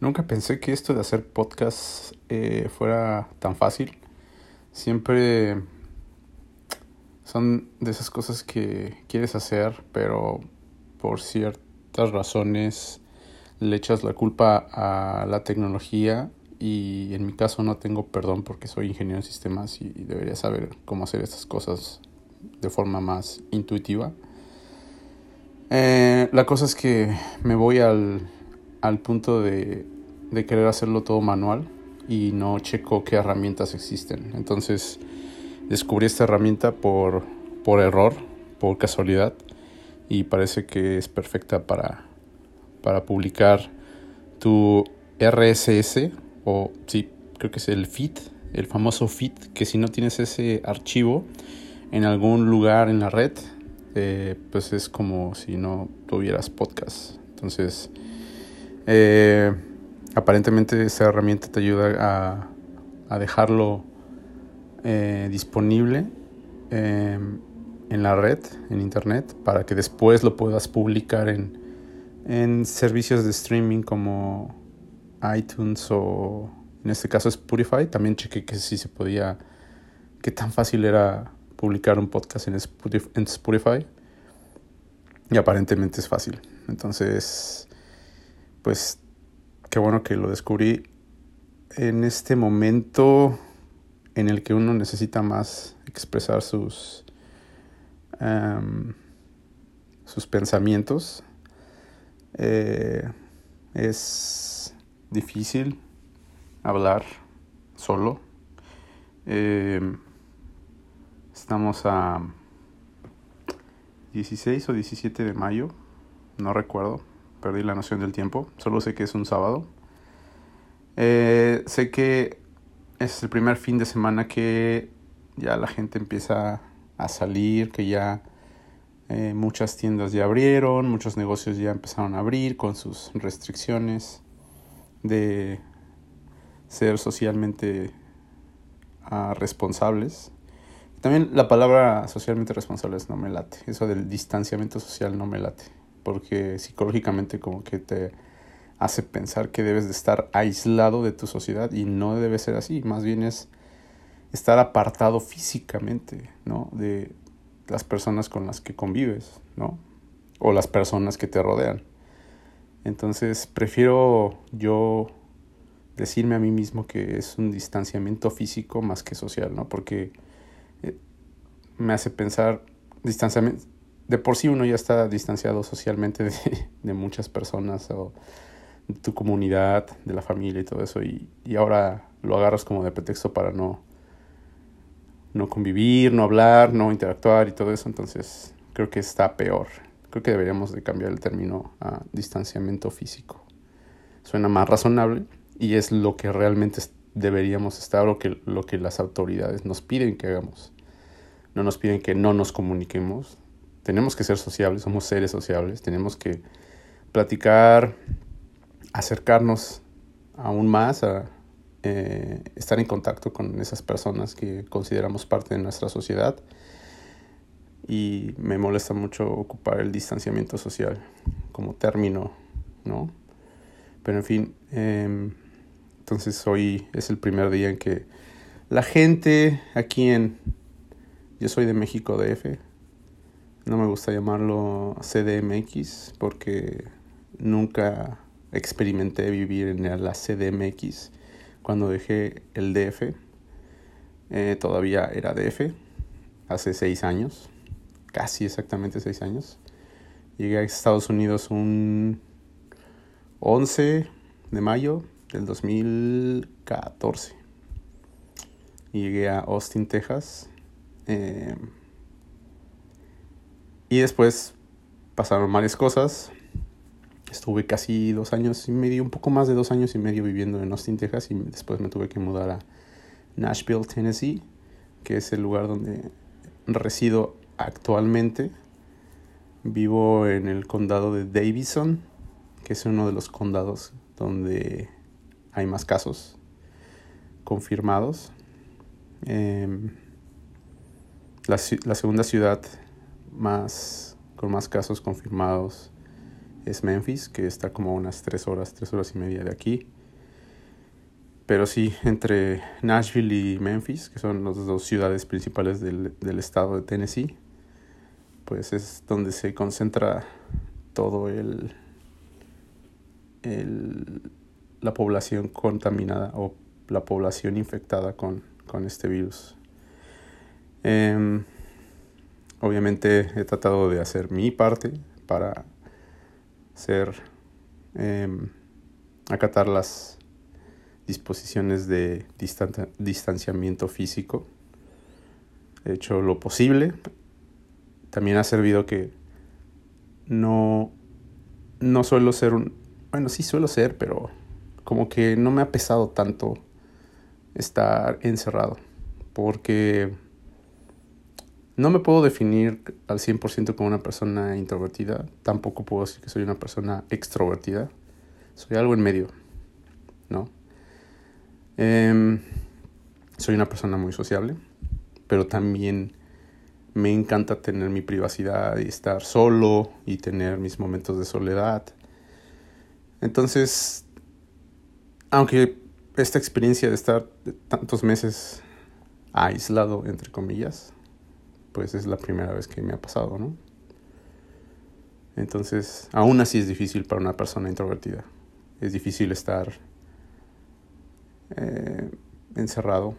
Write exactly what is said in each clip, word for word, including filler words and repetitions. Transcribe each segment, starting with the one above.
Nunca pensé que esto de hacer podcast eh, fuera tan fácil. Siempre son de esas cosas que quieres hacer, pero por ciertas razones le echas la culpa a la tecnología, y en mi caso no tengo perdón porque soy ingeniero en sistemas y debería saber cómo hacer estas cosas de forma más intuitiva. Eh, la cosa es que me voy al, al punto de, de querer hacerlo todo manual y no checo qué herramientas existen. Entonces descubrí esta herramienta por, por error, por casualidad, y parece que es perfecta para, para publicar tu R S S, o sí, creo que es el feed, el famoso feed, que si no tienes ese archivo en algún lugar en la red, eh, pues es como si no tuvieras podcast. Entonces, eh, aparentemente esa herramienta te ayuda a, a dejarlo eh, disponible eh, en la red, en internet, para que después lo puedas publicar en, en servicios de streaming como iTunes o en este caso Spotify. También chequé que sí se podía, qué tan fácil era publicar un podcast en Spotify, y aparentemente es fácil. Entonces, pues qué bueno que lo descubrí en este momento en el que uno necesita más expresar sus um, sus pensamientos. Eh, es difícil hablar solo. Eh, estamos a dieciséis o diecisiete de mayo, no recuerdo, perdí la noción del tiempo, solo sé que es un sábado. Eh, sé que es el primer fin de semana que ya la gente empieza a salir, que ya eh, muchas tiendas ya abrieron, muchos negocios ya empezaron a abrir con sus restricciones de ser socialmente uh, responsables. También la palabra socialmente responsables no me late. Eso del distanciamiento social no me late, porque psicológicamente como que te hace pensar que debes de estar aislado de tu sociedad, y no debe ser así. Más bien es estar apartado físicamente, ¿no?, de las personas con las que convives, ¿no?, o las personas que te rodean. Entonces prefiero yo decirme a mí mismo que es un distanciamiento físico más que social, ¿no? Porque me hace pensar, distanciamiento, de por sí uno ya está distanciado socialmente de, de muchas personas, o de tu comunidad, de la familia y todo eso, y, y ahora lo agarras como de pretexto para no, no convivir, no hablar, no interactuar y todo eso. Entonces creo que está peor. Creo que deberíamos de cambiar el término a distanciamiento físico. Suena más razonable y es lo que realmente deberíamos estar, o que, lo que las autoridades nos piden que hagamos. No nos piden que no nos comuniquemos. Tenemos que ser sociables, somos seres sociables. Tenemos que platicar, acercarnos aún más a eh, estar en contacto con esas personas que consideramos parte de nuestra sociedad. Y me molesta mucho ocupar el distanciamiento social como término, ¿no? Pero en fin, eh, entonces hoy es el primer día en que la gente aquí en... Yo soy de México D F. No me gusta llamarlo C D M X porque nunca experimenté vivir en la C D M X. Cuando dejé el D F, eh, todavía era D F, hace seis años, casi exactamente seis años. Llegué a Estados Unidos un once de mayo del dos mil catorce. Y llegué a Austin, Texas. Eh, y después pasaron varias cosas. Estuve casi dos años y medio, un poco más de dos años y medio viviendo en Austin, Texas, y después me tuve que mudar a Nashville, Tennessee, que es el lugar donde resido actualmente. Vivo en el condado de Davison, que es uno de los condados donde hay más casos confirmados. Eh, la, la segunda ciudad más, con más casos confirmados es Memphis, que está como a unas tres horas, tres horas y media de aquí. Pero sí, entre Nashville y Memphis, que son las dos ciudades principales del, del estado de Tennessee, pues es donde se concentra todo el, el la población contaminada o la población infectada con, con este virus. Eh, obviamente he tratado de hacer mi parte para ser eh, acatar las disposiciones de distan- distanciamiento físico. He hecho lo posible. También ha servido que no, no suelo ser un... Bueno, sí suelo ser, pero como que no me ha pesado tanto estar encerrado. Porque no me puedo definir al cien por ciento como una persona introvertida. Tampoco puedo decir que soy una persona extrovertida. Soy algo en medio, ¿no? Eh, soy una persona muy sociable, pero también me encanta tener mi privacidad y estar solo y tener mis momentos de soledad. Entonces, aunque esta experiencia de estar tantos meses aislado, entre comillas, pues es la primera vez que me ha pasado, ¿no? Entonces, aún así es difícil para una persona introvertida. Es difícil estar eh, encerrado,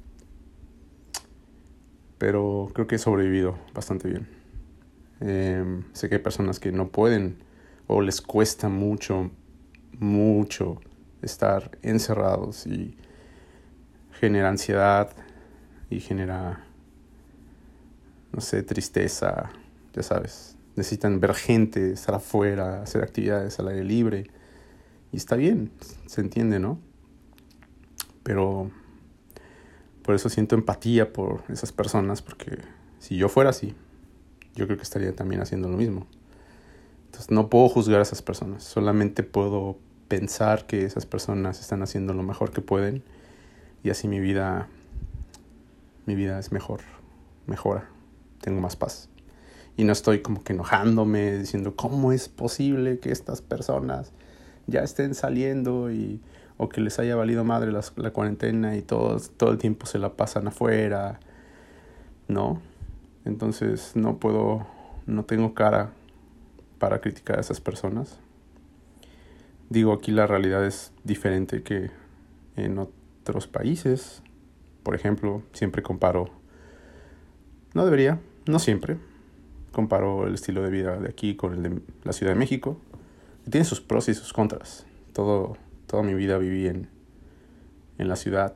pero creo que he sobrevivido bastante bien. Eh, sé que hay personas que no pueden o les cuesta mucho, mucho estar encerrados y genera ansiedad y genera, no sé, tristeza, ya sabes. Necesitan ver gente, estar afuera, hacer actividades al aire libre. Y está bien, se entiende, ¿no? Pero por eso siento empatía por esas personas, porque si yo fuera así, yo creo que estaría también haciendo lo mismo. Entonces no puedo juzgar a esas personas, solamente puedo pensar que esas personas están haciendo lo mejor que pueden y así mi vida, mi vida es mejor, mejora, tengo más paz. Y no estoy como que enojándome, diciendo cómo es posible que estas personas ya estén saliendo y o que les haya valido madre la, la cuarentena y todos, todo el tiempo se la pasan afuera, ¿no? Entonces no puedo, no tengo cara para criticar a esas personas. Digo, aquí la realidad es diferente que en otros países. Por ejemplo, siempre comparo, no debería, no siempre, comparo el estilo de vida de aquí con el de la Ciudad de México. Tiene sus pros y sus contras. Todo, toda mi vida viví en, en la ciudad.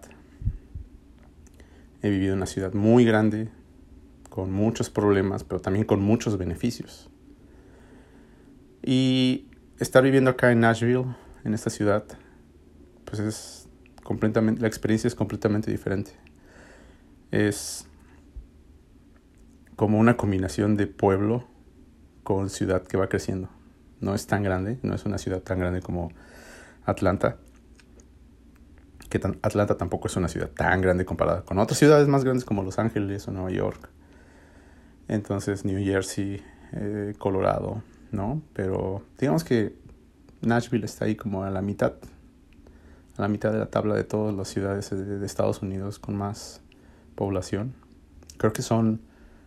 He vivido en una ciudad muy grande, con muchos problemas, pero también con muchos beneficios. Y estar viviendo acá en Nashville, en esta ciudad, pues es completamente, la experiencia es completamente diferente. Es como una combinación de pueblo con ciudad que va creciendo. No es tan grande, no es una ciudad tan grande como Atlanta, que tan, Atlanta tampoco es una ciudad tan grande comparada con otras ciudades más grandes como Los Ángeles o Nueva York. Entonces New Jersey, eh, Colorado, ¿no? Pero digamos que Nashville está ahí como a la mitad, a la mitad de la tabla de todas las ciudades de, de Estados Unidos con más población. Creo que son...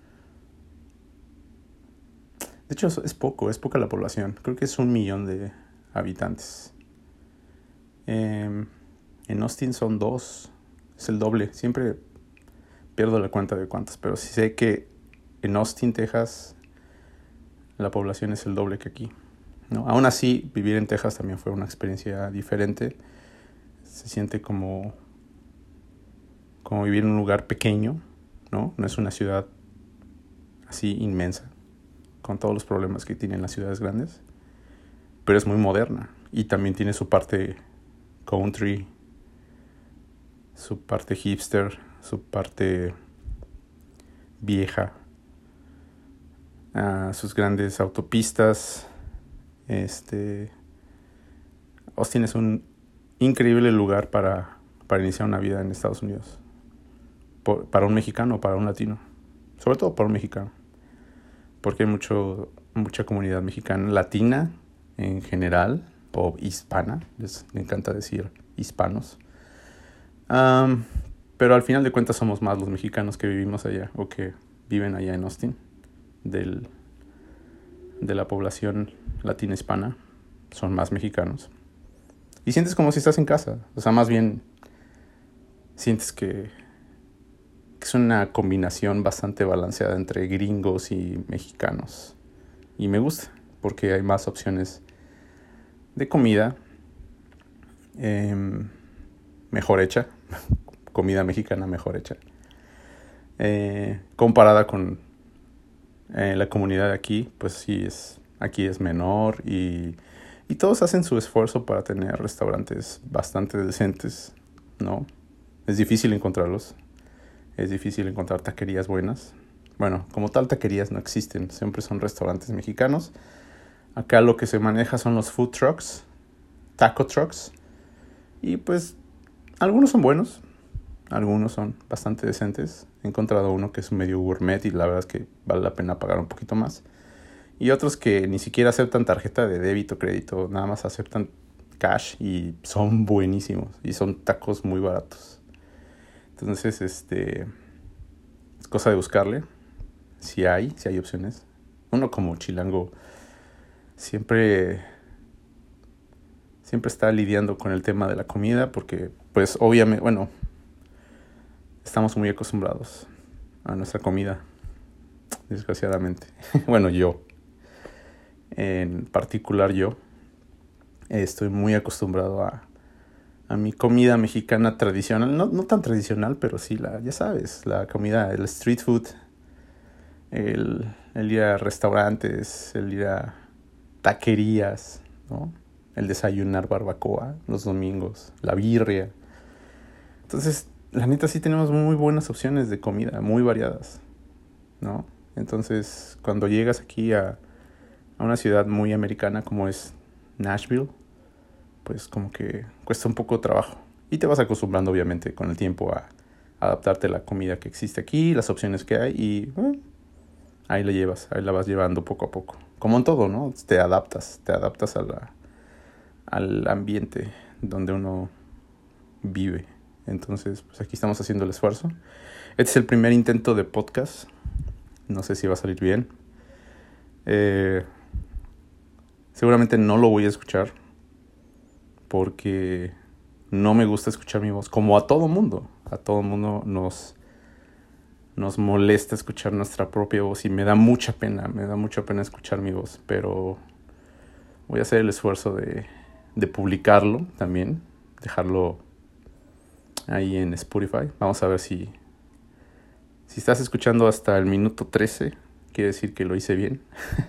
De hecho, es poco, es poca la población. Creo que es un millón de habitantes. Eh, en Austin son dos, es el doble. Siempre pierdo la cuenta de cuántas, pero sí sé que en Austin, Texas, la población es el doble que aquí, ¿no? Aún así, vivir en Texas también fue una experiencia diferente. Se siente como, como vivir en un lugar pequeño, ¿no? No es una ciudad así inmensa, con todos los problemas que tienen las ciudades grandes, pero es muy moderna y también tiene su parte country, su parte hipster, su parte vieja, uh, sus grandes autopistas. Este, Austin es un increíble lugar para, para iniciar una vida en Estados Unidos, Por, para un mexicano o para un latino, sobre todo para un mexicano, porque hay mucho, mucha comunidad mexicana, latina en general, o hispana, les encanta decir hispanos. Um, pero al final de cuentas somos más los mexicanos que vivimos allá, o que viven allá en Austin, del, de la población latina hispana, son más mexicanos. Y sientes como si estás en casa, o sea, más bien sientes que, que es una combinación bastante balanceada entre gringos y mexicanos. Y me gusta, porque hay más opciones de comida eh, mejor hecha, comida mexicana mejor hecha, eh, comparada con eh, la comunidad de aquí, pues sí, es, aquí es menor y, y todos hacen su esfuerzo para tener restaurantes bastante decentes, ¿no? Es difícil encontrarlos, es difícil encontrar taquerías buenas. Bueno, como tal taquerías no existen, siempre son restaurantes mexicanos. Acá lo que se maneja son los food trucks, taco trucks, y pues algunos son buenos, algunos son bastante decentes. He encontrado uno que es medio gourmet y la verdad es que vale la pena pagar un poquito más. Y otros que ni siquiera aceptan tarjeta de débito o crédito, nada más aceptan cash y son buenísimos y son tacos muy baratos. Entonces, este, es cosa de buscarle. Si hay, si hay opciones. Uno como chilango siempre, siempre está lidiando con el tema de la comida porque, pues, obviamente, bueno, estamos muy acostumbrados a nuestra comida, desgraciadamente. Bueno, yo, en particular yo, estoy muy acostumbrado a, a mi comida mexicana tradicional. No, no tan tradicional, pero sí, la, ya sabes, la comida, el street food, el, el ir a restaurantes, el ir a taquerías, ¿no? El desayunar barbacoa los domingos, la birria. Entonces, la neta sí tenemos muy buenas opciones de comida, muy variadas, ¿no? Entonces, cuando llegas aquí a, a una ciudad muy americana como es Nashville, pues como que cuesta un poco de trabajo. Y te vas acostumbrando, obviamente, con el tiempo a adaptarte a la comida que existe aquí, las opciones que hay y eh, ahí la llevas, ahí la vas llevando poco a poco. Como en todo, ¿no? Te adaptas, te adaptas a la, al ambiente donde uno vive. Entonces, pues aquí estamos haciendo el esfuerzo. Este es el primer intento de podcast. No sé si va a salir bien. Eh, seguramente no lo voy a escuchar porque no me gusta escuchar mi voz. Como a todo mundo. A todo mundo nos, nos molesta escuchar nuestra propia voz y me da mucha pena. Me da mucha pena escuchar mi voz. Pero voy a hacer el esfuerzo de, de publicarlo también. Dejarlo ahí en Spotify. Vamos a ver si si estás escuchando hasta el minuto trece, quiere decir que lo hice bien.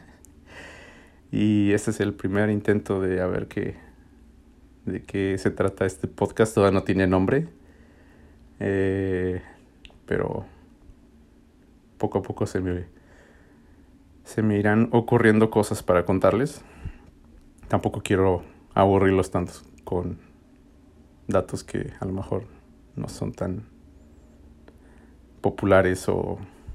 Y este es el primer intento de a ver qué de qué se trata este podcast. Todavía no tiene nombre, eh, pero poco a poco se me se me irán ocurriendo cosas para contarles. Tampoco quiero aburrirlos tanto con datos que a lo mejor no son tan populares o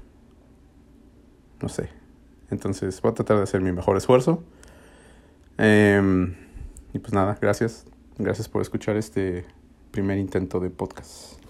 no sé. Entonces voy a tratar de hacer mi mejor esfuerzo. Eh, y pues nada, gracias. Gracias por escuchar este primer intento de podcast.